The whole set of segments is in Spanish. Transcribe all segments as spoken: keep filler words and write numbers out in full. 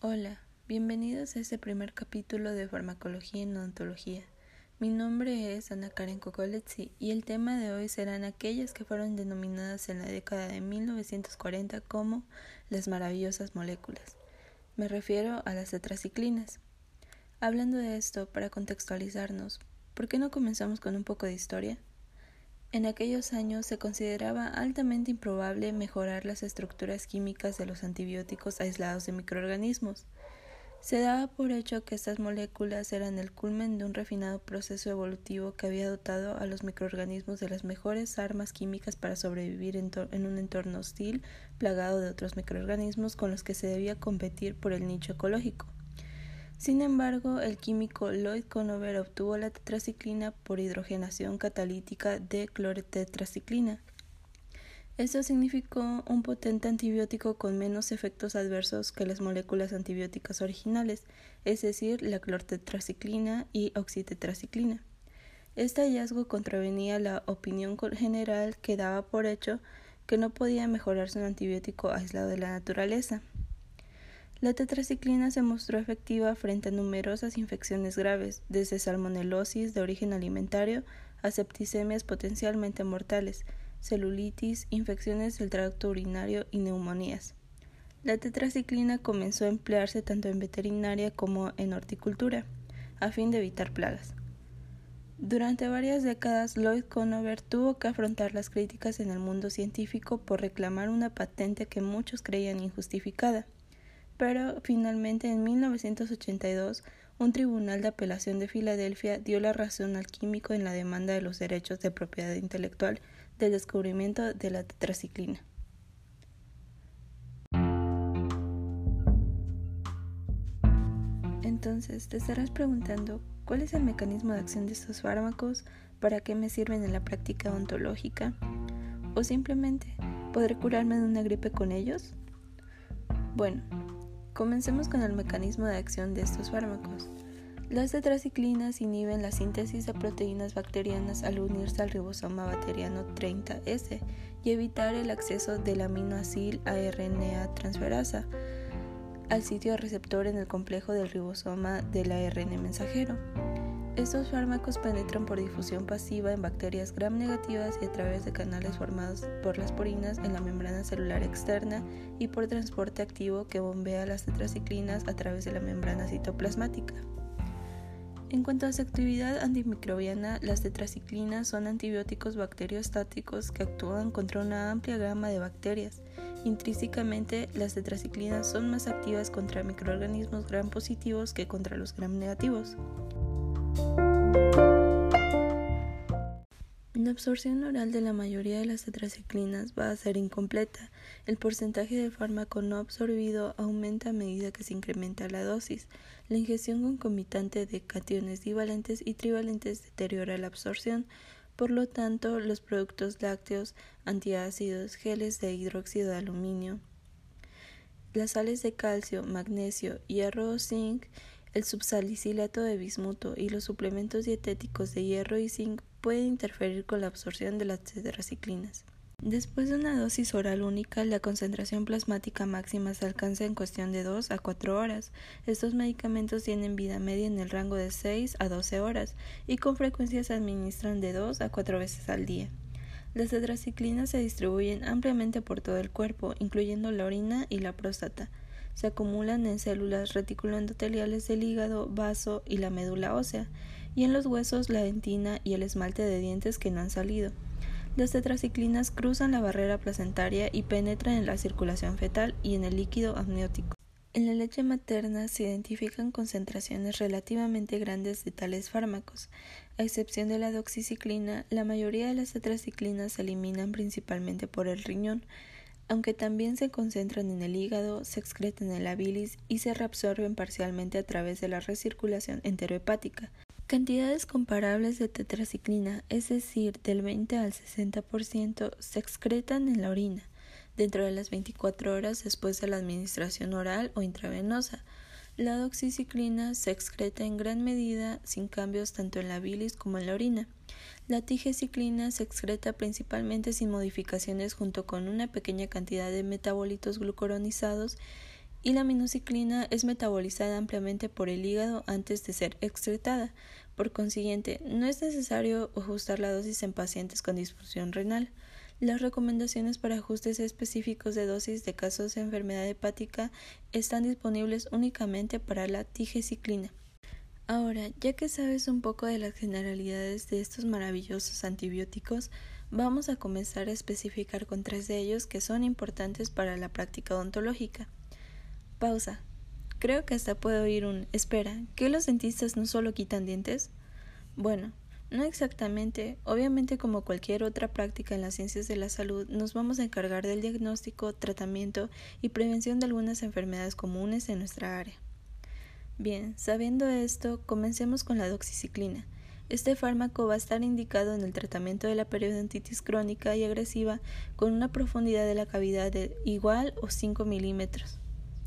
Hola, bienvenidos a este primer capítulo de Farmacología en Odontología. Mi nombre es Ana Karen Cocoletsi y el tema de hoy serán aquellas que fueron denominadas en la década de mil novecientos cuarenta como las maravillosas moléculas. Me refiero a las tetraciclinas. Hablando de esto, para contextualizarnos, ¿por qué no comenzamos con un poco de historia? En aquellos años se consideraba altamente improbable mejorar las estructuras químicas de los antibióticos aislados de microorganismos. Se daba por hecho que estas moléculas eran el culmen de un refinado proceso evolutivo que había dotado a los microorganismos de las mejores armas químicas para sobrevivir en, en un entorno hostil, plagado de otros microorganismos con los que se debía competir por el nicho ecológico. Sin embargo, el químico Lloyd Conover obtuvo la tetraciclina por hidrogenación catalítica de clorotetraciclina. Esto significó un potente antibiótico con menos efectos adversos que las moléculas antibióticas originales, es decir, la clorotetraciclina y oxitetraciclina. Este hallazgo contravenía la opinión general que daba por hecho que no podía mejorarse un antibiótico aislado de la naturaleza. La tetraciclina se mostró efectiva frente a numerosas infecciones graves, desde salmonelosis de origen alimentario a septicemias potencialmente mortales, celulitis, infecciones del tracto urinario y neumonías. La tetraciclina comenzó a emplearse tanto en veterinaria como en horticultura, a fin de evitar plagas. Durante varias décadas, Lloyd Conover tuvo que afrontar las críticas en el mundo científico por reclamar una patente que muchos creían injustificada. Pero finalmente en mil novecientos ochenta y dos un tribunal de apelación de Filadelfia dio la razón al químico en la demanda de los derechos de propiedad intelectual del descubrimiento de la tetraciclina. Entonces te estarás preguntando, ¿cuál es el mecanismo de acción de estos fármacos? ¿Para qué me sirven en la práctica odontológica? ¿O simplemente, ¿podré curarme de una gripe con ellos? Bueno, comencemos con el mecanismo de acción de estos fármacos. Las tetraciclinas inhiben la síntesis de proteínas bacterianas al unirse al ribosoma bacteriano treinta ese y evitar el acceso del aminoácido a R N A transferasa al sitio receptor en el complejo del ribosoma del A R N mensajero. Estos fármacos penetran por difusión pasiva en bacterias gram negativas y a través de canales formados por las porinas en la membrana celular externa y por transporte activo que bombea las tetraciclinas a través de la membrana citoplasmática. En cuanto a su actividad antimicrobiana, las tetraciclinas son antibióticos bacteriostáticos que actúan contra una amplia gama de bacterias. Intrínsecamente, las tetraciclinas son más activas contra microorganismos gram positivos que contra los gram negativos. La absorción oral de la mayoría de las tetraciclinas va a ser incompleta. El porcentaje del fármaco no absorbido aumenta a medida que se incrementa la dosis. La ingestión concomitante de cationes divalentes y trivalentes deteriora la absorción. Por lo tanto, los productos lácteos, antiácidos, geles de hidróxido de aluminio, las sales de calcio, magnesio, hierro o zinc, el subsalicilato de bismuto y los suplementos dietéticos de hierro y zinc pueden interferir con la absorción de las tetraciclinas. Después de una dosis oral única, la concentración plasmática máxima se alcanza en cuestión de dos a cuatro horas. Estos medicamentos tienen vida media en el rango de seis a doce horas y con frecuencia se administran de dos a cuatro veces al día. Las tetraciclinas se distribuyen ampliamente por todo el cuerpo, incluyendo la orina y la próstata. Se acumulan en células reticuloendoteliales del hígado, vaso y la médula ósea, y en los huesos, la dentina y el esmalte de dientes que no han salido. Las tetraciclinas cruzan la barrera placentaria y penetran en la circulación fetal y en el líquido amniótico. En la leche materna se identifican concentraciones relativamente grandes de tales fármacos. A excepción de la doxiciclina, la mayoría de las tetraciclinas se eliminan principalmente por el riñón, aunque también se concentran en el hígado, se excretan en la bilis y se reabsorben parcialmente a través de la recirculación enterohepática. Cantidades comparables de tetraciclina, es decir, del veinte al sesenta por ciento, se excretan en la orina, dentro de las veinticuatro horas después de la administración oral o intravenosa. La doxiciclina se excreta en gran medida sin cambios tanto en la bilis como en la orina. La tigeciclina se excreta principalmente sin modificaciones junto con una pequeña cantidad de metabolitos glucuronizados y la minociclina es metabolizada ampliamente por el hígado antes de ser excretada. Por consiguiente, no es necesario ajustar la dosis en pacientes con disfunción renal. Las recomendaciones para ajustes específicos de dosis de casos de enfermedad hepática están disponibles únicamente para la tigecyclina. Ahora, ya que sabes un poco de las generalidades de estos maravillosos antibióticos, vamos a comenzar a especificar con tres de ellos que son importantes para la práctica odontológica. Pausa. Creo que hasta puedo oír un «Espera, ¿que los dentistas no solo quitan dientes?» Bueno, no exactamente. Obviamente, como cualquier otra práctica en las ciencias de la salud, nos vamos a encargar del diagnóstico, tratamiento y prevención de algunas enfermedades comunes en nuestra área. Bien, sabiendo esto, comencemos con la doxiciclina. Este fármaco va a estar indicado en el tratamiento de la periodontitis crónica y agresiva con una profundidad de la cavidad de igual o cinco milímetros.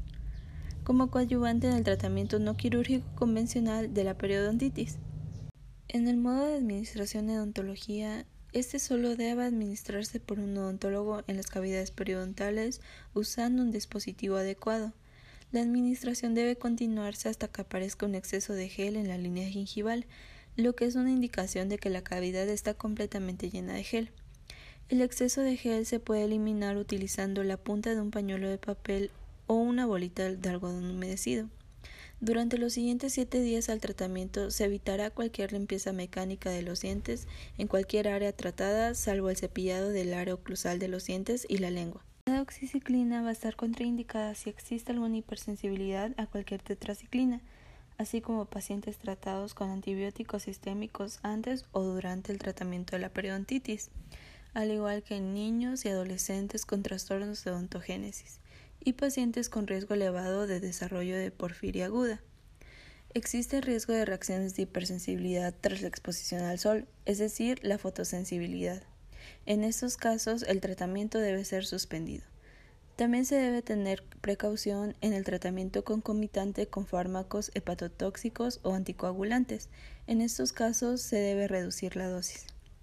Como coadyuvante en el tratamiento no quirúrgico convencional de la periodontitis. En el modo de administración de odontología, este solo debe administrarse por un odontólogo en las cavidades periodontales usando un dispositivo adecuado. La administración debe continuarse hasta que aparezca un exceso de gel en la línea gingival, lo que es una indicación de que la cavidad está completamente llena de gel. El exceso de gel se puede eliminar utilizando la punta de un pañuelo de papel o una bolita de algodón humedecido. Durante los siguientes siete días al tratamiento se evitará cualquier limpieza mecánica de los dientes en cualquier área tratada, salvo el cepillado del área oclusal de los dientes y la lengua. La doxiciclina va a estar contraindicada si existe alguna hipersensibilidad a cualquier tetraciclina, así como pacientes tratados con antibióticos sistémicos antes o durante el tratamiento de la periodontitis, al igual que en niños y adolescentes con trastornos de odontogénesis y pacientes con riesgo elevado de desarrollo de porfiria aguda. Existe riesgo de reacciones de hipersensibilidad tras la exposición al sol, es decir, la fotosensibilidad. En estos casos, el tratamiento debe ser suspendido. También se debe tener precaución en el tratamiento concomitante con fármacos hepatotóxicos o anticoagulantes. En estos casos, se debe reducir la dosis.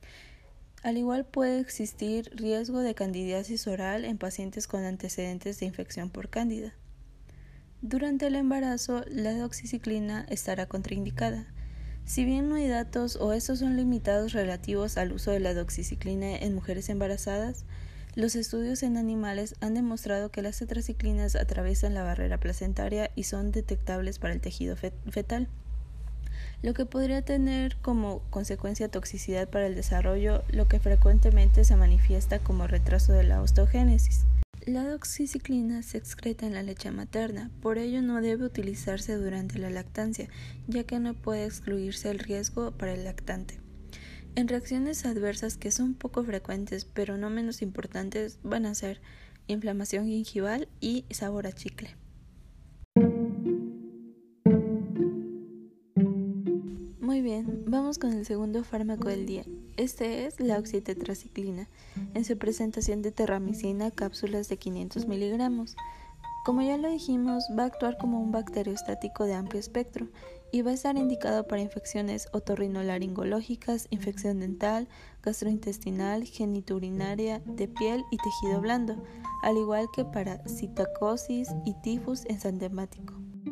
Al igual puede existir riesgo de candidiasis oral en pacientes con antecedentes de infección por cándida. Durante el embarazo, la doxiciclina estará contraindicada. Si bien no hay datos o estos son limitados relativos al uso de la doxiciclina en mujeres embarazadas, los estudios en animales han demostrado que las tetraciclinas atraviesan la barrera placentaria y son detectables para el tejido fetal, lo que podría tener como consecuencia toxicidad para el desarrollo, lo que frecuentemente se manifiesta como retraso de la osteogénesis. La doxiciclina se excreta en la leche materna, por ello no debe utilizarse durante la lactancia, ya que no puede excluirse el riesgo para el lactante. En reacciones adversas que son poco frecuentes pero no menos importantes van a ser inflamación gingival y sabor a chicle. Muy bien, vamos con el segundo fármaco del día. Este es la oxitetraciclina, en su presentación de terramicina, cápsulas de quinientos miligramos. Como ya lo dijimos, va a actuar como un bacteriostático de amplio espectro y va a estar indicado para infecciones otorrinolaringológicas, infección dental, gastrointestinal, genitourinaria, de piel y tejido blando, al igual que para citocosis y tifus ensantemático.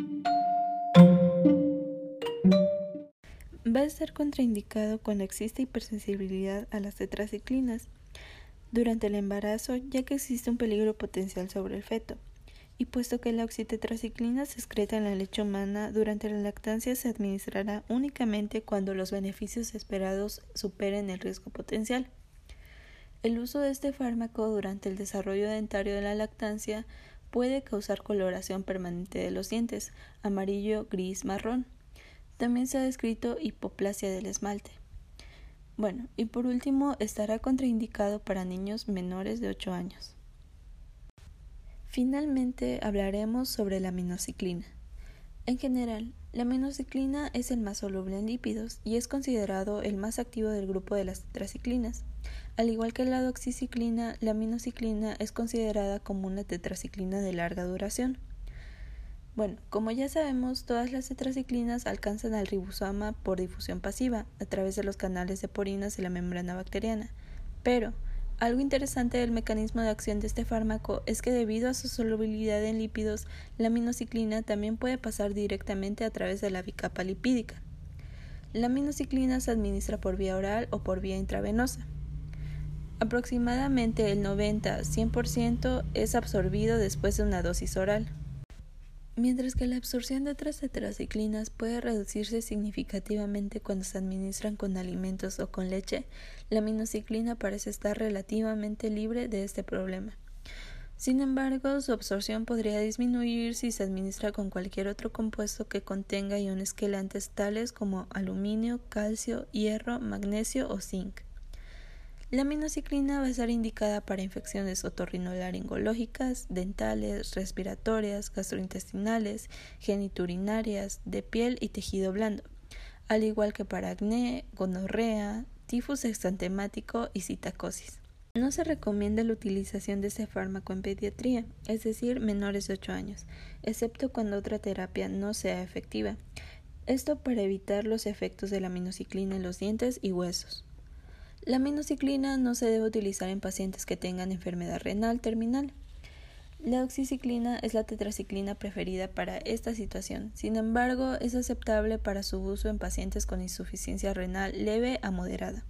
Va a estar contraindicado cuando existe hipersensibilidad a las tetraciclinas durante el embarazo, ya que existe un peligro potencial sobre el feto. Y puesto que la oxitetraciclina se excreta en la leche humana, durante la lactancia se administrará únicamente cuando los beneficios esperados superen el riesgo potencial. El uso de este fármaco durante el desarrollo dentario de la lactancia puede causar coloración permanente de los dientes, amarillo, gris, marrón. También se ha descrito hipoplasia del esmalte. Bueno, y por último, estará contraindicado para niños menores de ocho años. Finalmente, hablaremos sobre la minociclina. En general, la minociclina es el más soluble en lípidos y es considerado el más activo del grupo de las tetraciclinas. Al igual que la doxiciclina, la minociclina es considerada como una tetraciclina de larga duración. Bueno, como ya sabemos, todas las tetraciclinas alcanzan al ribosoma por difusión pasiva a través de los canales de porinas de la membrana bacteriana, pero Algo interesante del mecanismo de acción de este fármaco es que debido a su solubilidad en lípidos, la minociclina también puede pasar directamente a través de la bicapa lipídica. La minociclina se administra por vía oral o por vía intravenosa. Aproximadamente el noventa a cien por ciento es absorbido después de una dosis oral. Mientras que la absorción de otras tetraciclinas puede reducirse significativamente cuando se administran con alimentos o con leche, la minociclina parece estar relativamente libre de este problema. Sin embargo, su absorción podría disminuir si se administra con cualquier otro compuesto que contenga iones quelantes tales como aluminio, calcio, hierro, magnesio o zinc. La minociclina va a estar indicada para infecciones otorrinolaringológicas, dentales, respiratorias, gastrointestinales, geniturinarias, de piel y tejido blando, al igual que para acné, gonorrea, tifus exantemático y citacosis. No se recomienda la utilización de este fármaco en pediatría, es decir, menores de ocho años, excepto cuando otra terapia no sea efectiva. Esto para evitar los efectos de la minociclina en los dientes y huesos. La minociclina no se debe utilizar en pacientes que tengan enfermedad renal terminal. La oxiciclina es la tetraciclina preferida para esta situación, sin embargo, es aceptable para su uso en pacientes con insuficiencia renal leve a moderada.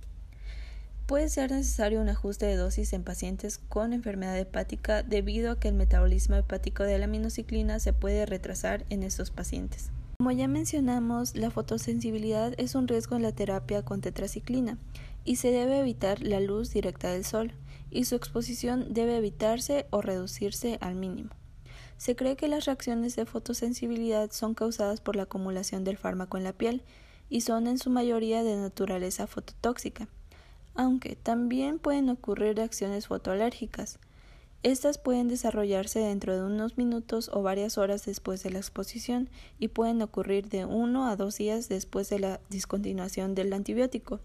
Puede ser necesario un ajuste de dosis en pacientes con enfermedad hepática debido a que el metabolismo hepático de la minociclina se puede retrasar en estos pacientes. Como ya mencionamos, la fotosensibilidad es un riesgo en la terapia con tetraciclina y se debe evitar la luz directa del sol, y su exposición debe evitarse o reducirse al mínimo. Se cree que las reacciones de fotosensibilidad son causadas por la acumulación del fármaco en la piel y son en su mayoría de naturaleza fototóxica, aunque también pueden ocurrir reacciones fotoalérgicas. Estas pueden desarrollarse dentro de unos minutos o varias horas después de la exposición y pueden ocurrir de uno a dos días después de la discontinuación del antibiótico.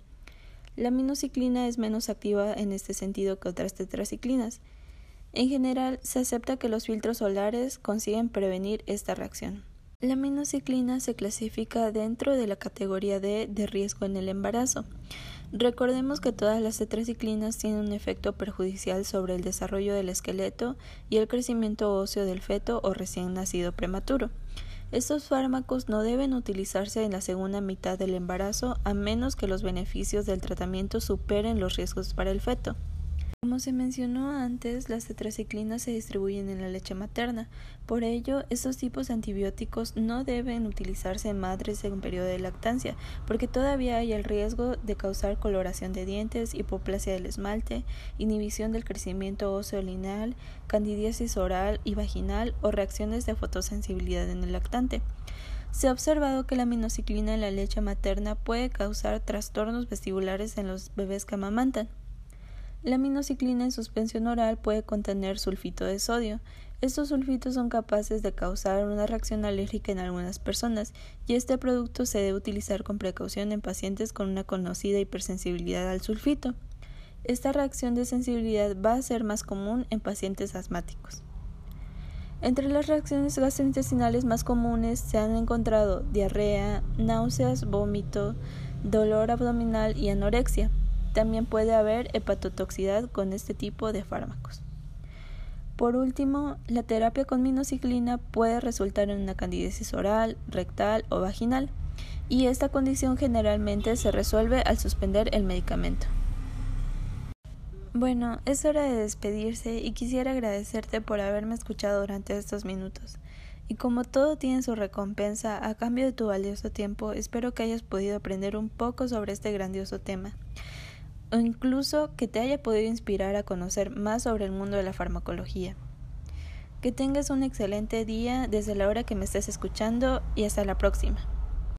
La minociclina es menos activa en este sentido que otras tetraciclinas. En general, se acepta que los filtros solares consiguen prevenir esta reacción. La minociclina se clasifica dentro de la categoría D de riesgo en el embarazo. Recordemos que todas las tetraciclinas tienen un efecto perjudicial sobre el desarrollo del esqueleto y el crecimiento óseo del feto o recién nacido prematuro. Estos fármacos no deben utilizarse en la segunda mitad del embarazo a menos que los beneficios del tratamiento superen los riesgos para el feto. Como se mencionó antes, las tetraciclinas se distribuyen en la leche materna. Por ello, estos tipos de antibióticos no deben utilizarse en madres en periodo de lactancia, porque todavía hay el riesgo de causar coloración de dientes, hipoplasia del esmalte, inhibición del crecimiento óseo lineal, candidiasis oral y vaginal o reacciones de fotosensibilidad en el lactante. Se ha observado que la minociclina en la leche materna puede causar trastornos vestibulares en los bebés que amamantan. La minociclina en suspensión oral puede contener sulfito de sodio. Estos sulfitos son capaces de causar una reacción alérgica en algunas personas y este producto se debe utilizar con precaución en pacientes con una conocida hipersensibilidad al sulfito. Esta reacción de sensibilidad va a ser más común en pacientes asmáticos. Entre las reacciones gastrointestinales más comunes se han encontrado diarrea, náuseas, vómito, dolor abdominal y anorexia. También puede haber hepatotoxicidad con este tipo de fármacos. Por último, la terapia con minociclina puede resultar en una candidiasis oral, rectal o vaginal, y esta condición generalmente se resuelve al suspender el medicamento. Bueno, es hora de despedirse y quisiera agradecerte por haberme escuchado durante estos minutos. Y como todo tiene su recompensa a cambio de tu valioso tiempo, espero que hayas podido aprender un poco sobre este grandioso tema, o incluso que te haya podido inspirar a conocer más sobre el mundo de la farmacología. Que tengas un excelente día desde la hora que me estés escuchando y hasta la próxima.